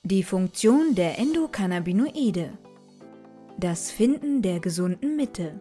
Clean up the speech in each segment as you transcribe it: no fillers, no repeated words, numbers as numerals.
Die Funktion der Endokannabinoide. Das Finden der gesunden Mitte.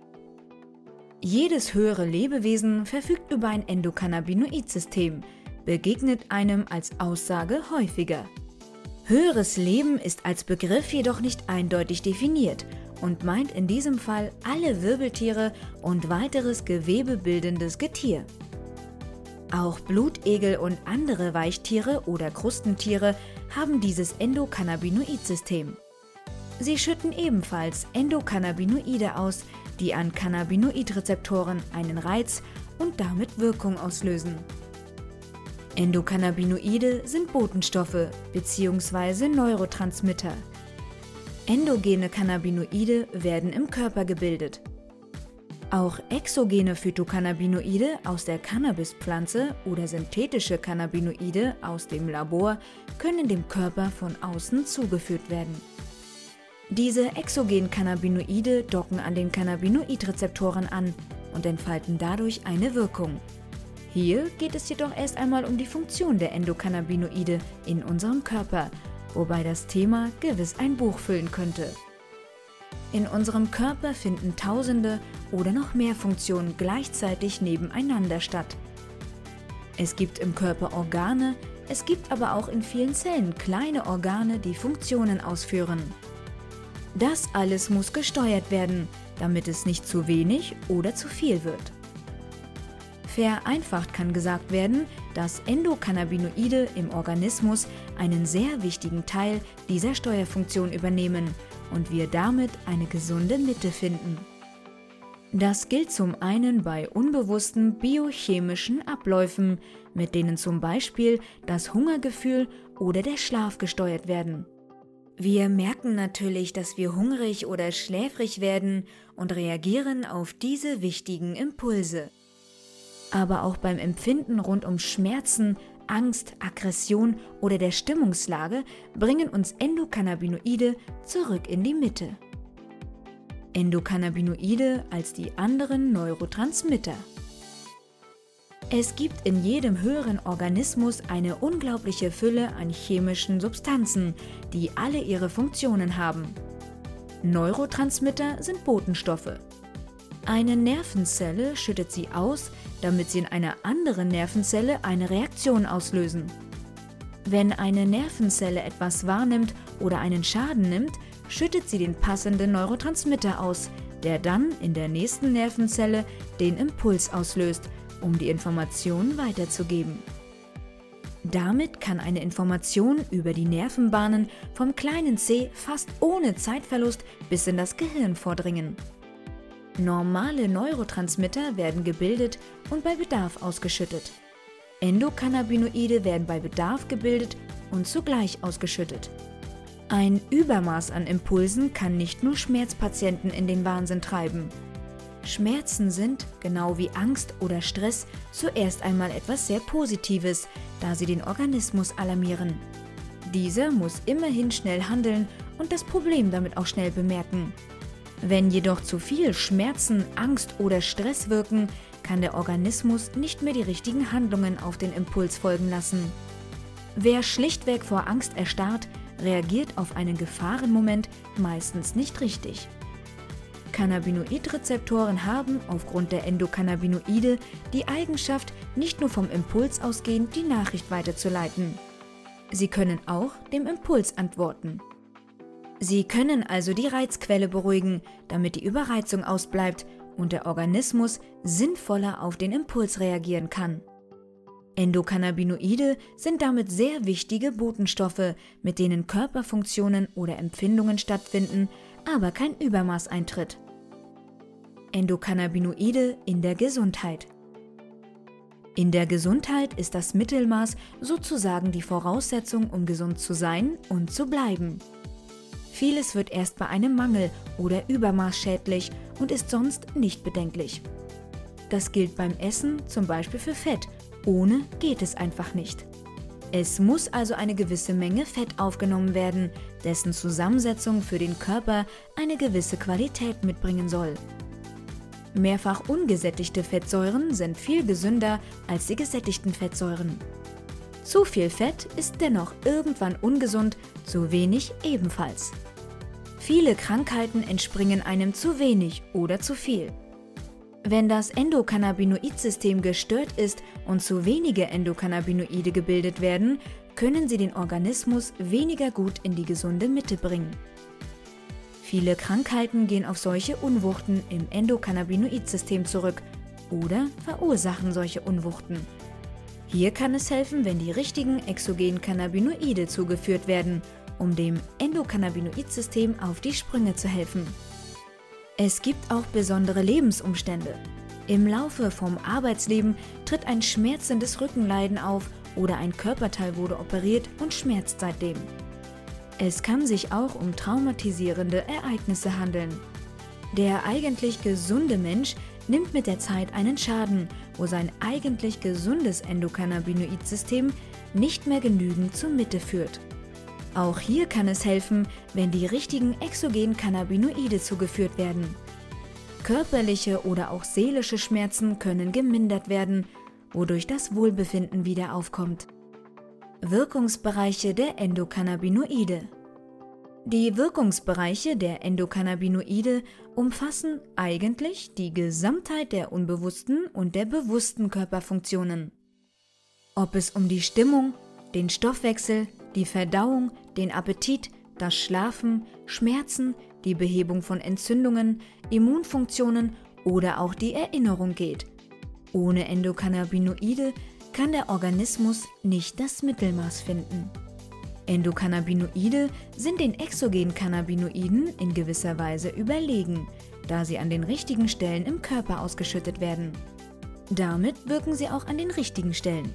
Jedes höhere Lebewesen verfügt über ein Endokannabinoid-System, begegnet einem als Aussage häufiger. Höheres Leben ist als Begriff jedoch nicht eindeutig definiert und meint in diesem Fall alle Wirbeltiere und weiteres gewebebildendes Getier. Auch Blutegel und andere Weichtiere oder Krustentiere haben dieses Endokannabinoid-System. Sie schütten ebenfalls Endokannabinoide aus, die an Cannabinoidrezeptoren einen Reiz und damit Wirkung auslösen. Endokannabinoide sind Botenstoffe bzw. Neurotransmitter. Endogene Cannabinoide werden im Körper gebildet. Auch exogene Phytocannabinoide aus der Cannabispflanze oder synthetische Cannabinoide aus dem Labor können dem Körper von außen zugeführt werden. Diese exogenen Cannabinoide docken an den Cannabinoidrezeptoren an und entfalten dadurch eine Wirkung. Hier geht es jedoch erst einmal um die Funktion der Endokannabinoide in unserem Körper, wobei das Thema gewiss ein Buch füllen könnte. In unserem Körper finden Tausende oder noch mehr Funktionen gleichzeitig nebeneinander statt. Es gibt im Körper Organe, es gibt aber auch in vielen Zellen kleine Organe, die Funktionen ausführen. Das alles muss gesteuert werden, damit es nicht zu wenig oder zu viel wird. Vereinfacht kann gesagt werden, dass Endokannabinoide im Organismus einen sehr wichtigen Teil dieser Steuerfunktion übernehmen und wir damit eine gesunde Mitte finden. Das gilt zum einen bei unbewussten biochemischen Abläufen, mit denen zum Beispiel das Hungergefühl oder der Schlaf gesteuert werden. Wir merken natürlich, dass wir hungrig oder schläfrig werden und reagieren auf diese wichtigen Impulse. Aber auch beim Empfinden rund um Schmerzen, Angst, Aggression oder der Stimmungslage bringen uns Endokannabinoide zurück in die Mitte. Endokannabinoide als die anderen Neurotransmitter. Es gibt in jedem höheren Organismus eine unglaubliche Fülle an chemischen Substanzen, die alle ihre Funktionen haben. Neurotransmitter sind Botenstoffe. Eine Nervenzelle schüttet sie aus, damit sie in einer anderen Nervenzelle eine Reaktion auslösen. Wenn eine Nervenzelle etwas wahrnimmt oder einen Schaden nimmt, schüttet sie den passenden Neurotransmitter aus, der dann in der nächsten Nervenzelle den Impuls auslöst, um die Information weiterzugeben. Damit kann eine Information über die Nervenbahnen vom kleinen C fast ohne Zeitverlust bis in das Gehirn vordringen. Normale Neurotransmitter werden gebildet und bei Bedarf ausgeschüttet. Endokannabinoide werden bei Bedarf gebildet und zugleich ausgeschüttet. Ein Übermaß an Impulsen kann nicht nur Schmerzpatienten in den Wahnsinn treiben. Schmerzen sind, genau wie Angst oder Stress, zuerst einmal etwas sehr Positives, da sie den Organismus alarmieren. Dieser muss immerhin schnell handeln und das Problem damit auch schnell bemerken. Wenn jedoch zu viel Schmerzen, Angst oder Stress wirken, kann der Organismus nicht mehr die richtigen Handlungen auf den Impuls folgen lassen. Wer schlichtweg vor Angst erstarrt, reagiert auf einen Gefahrenmoment meistens nicht richtig. Cannabinoidrezeptoren haben aufgrund der Endokannabinoide die Eigenschaft, nicht nur vom Impuls ausgehend die Nachricht weiterzuleiten. Sie können auch dem Impuls antworten. Sie können also die Reizquelle beruhigen, damit die Überreizung ausbleibt und der Organismus sinnvoller auf den Impuls reagieren kann. Endokannabinoide sind damit sehr wichtige Botenstoffe, mit denen Körperfunktionen oder Empfindungen stattfinden, aber kein Übermaß eintritt. Endokannabinoide in der Gesundheit. In der Gesundheit ist das Mittelmaß sozusagen die Voraussetzung, um gesund zu sein und zu bleiben. Vieles wird erst bei einem Mangel oder Übermaß schädlich und ist sonst nicht bedenklich. Das gilt beim Essen zum Beispiel für Fett. Ohne geht es einfach nicht. Es muss also eine gewisse Menge Fett aufgenommen werden, dessen Zusammensetzung für den Körper eine gewisse Qualität mitbringen soll. Mehrfach ungesättigte Fettsäuren sind viel gesünder als die gesättigten Fettsäuren. Zu viel Fett ist dennoch irgendwann ungesund, zu wenig ebenfalls. Viele Krankheiten entspringen einem zu wenig oder zu viel. Wenn das Endokannabinoid-System gestört ist und zu wenige Endokannabinoide gebildet werden, können sie den Organismus weniger gut in die gesunde Mitte bringen. Viele Krankheiten gehen auf solche Unwuchten im Endokannabinoid-System zurück oder verursachen solche Unwuchten. Hier kann es helfen, wenn die richtigen exogenen Cannabinoide zugeführt werden, um dem Endokannabinoid-System auf die Sprünge zu helfen. Es gibt auch besondere Lebensumstände. Im Laufe vom Arbeitsleben tritt ein schmerzendes Rückenleiden auf oder ein Körperteil wurde operiert und schmerzt seitdem. Es kann sich auch um traumatisierende Ereignisse handeln. Der eigentlich gesunde Mensch nimmt mit der Zeit einen Schaden, wo sein eigentlich gesundes Endokannabinoid-System nicht mehr genügend zur Mitte führt. Auch hier kann es helfen, wenn die richtigen exogenen Cannabinoide zugeführt werden. Körperliche oder auch seelische Schmerzen können gemindert werden, wodurch das Wohlbefinden wieder aufkommt. Wirkungsbereiche der Endokannabinoide. Die Wirkungsbereiche der Endokannabinoide umfassen eigentlich die Gesamtheit der unbewussten und der bewussten Körperfunktionen. Ob es um die Stimmung, den Stoffwechsel, die Verdauung, den Appetit, das Schlafen, Schmerzen, die Behebung von Entzündungen, Immunfunktionen oder auch die Erinnerung geht. Ohne Endokannabinoide kann der Organismus nicht das Mittelmaß finden. Endokannabinoide sind den exogenen Cannabinoiden in gewisser Weise überlegen, da sie an den richtigen Stellen im Körper ausgeschüttet werden. Damit wirken sie auch an den richtigen Stellen.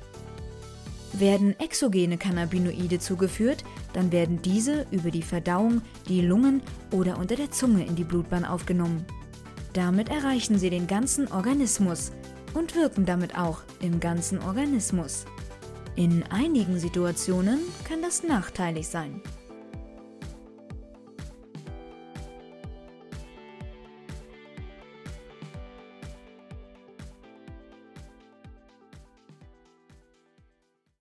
Werden exogene Cannabinoide zugeführt, dann werden diese über die Verdauung, die Lungen oder unter der Zunge in die Blutbahn aufgenommen. Damit erreichen sie den ganzen Organismus und wirken damit auch im ganzen Organismus. In einigen Situationen kann das nachteilig sein.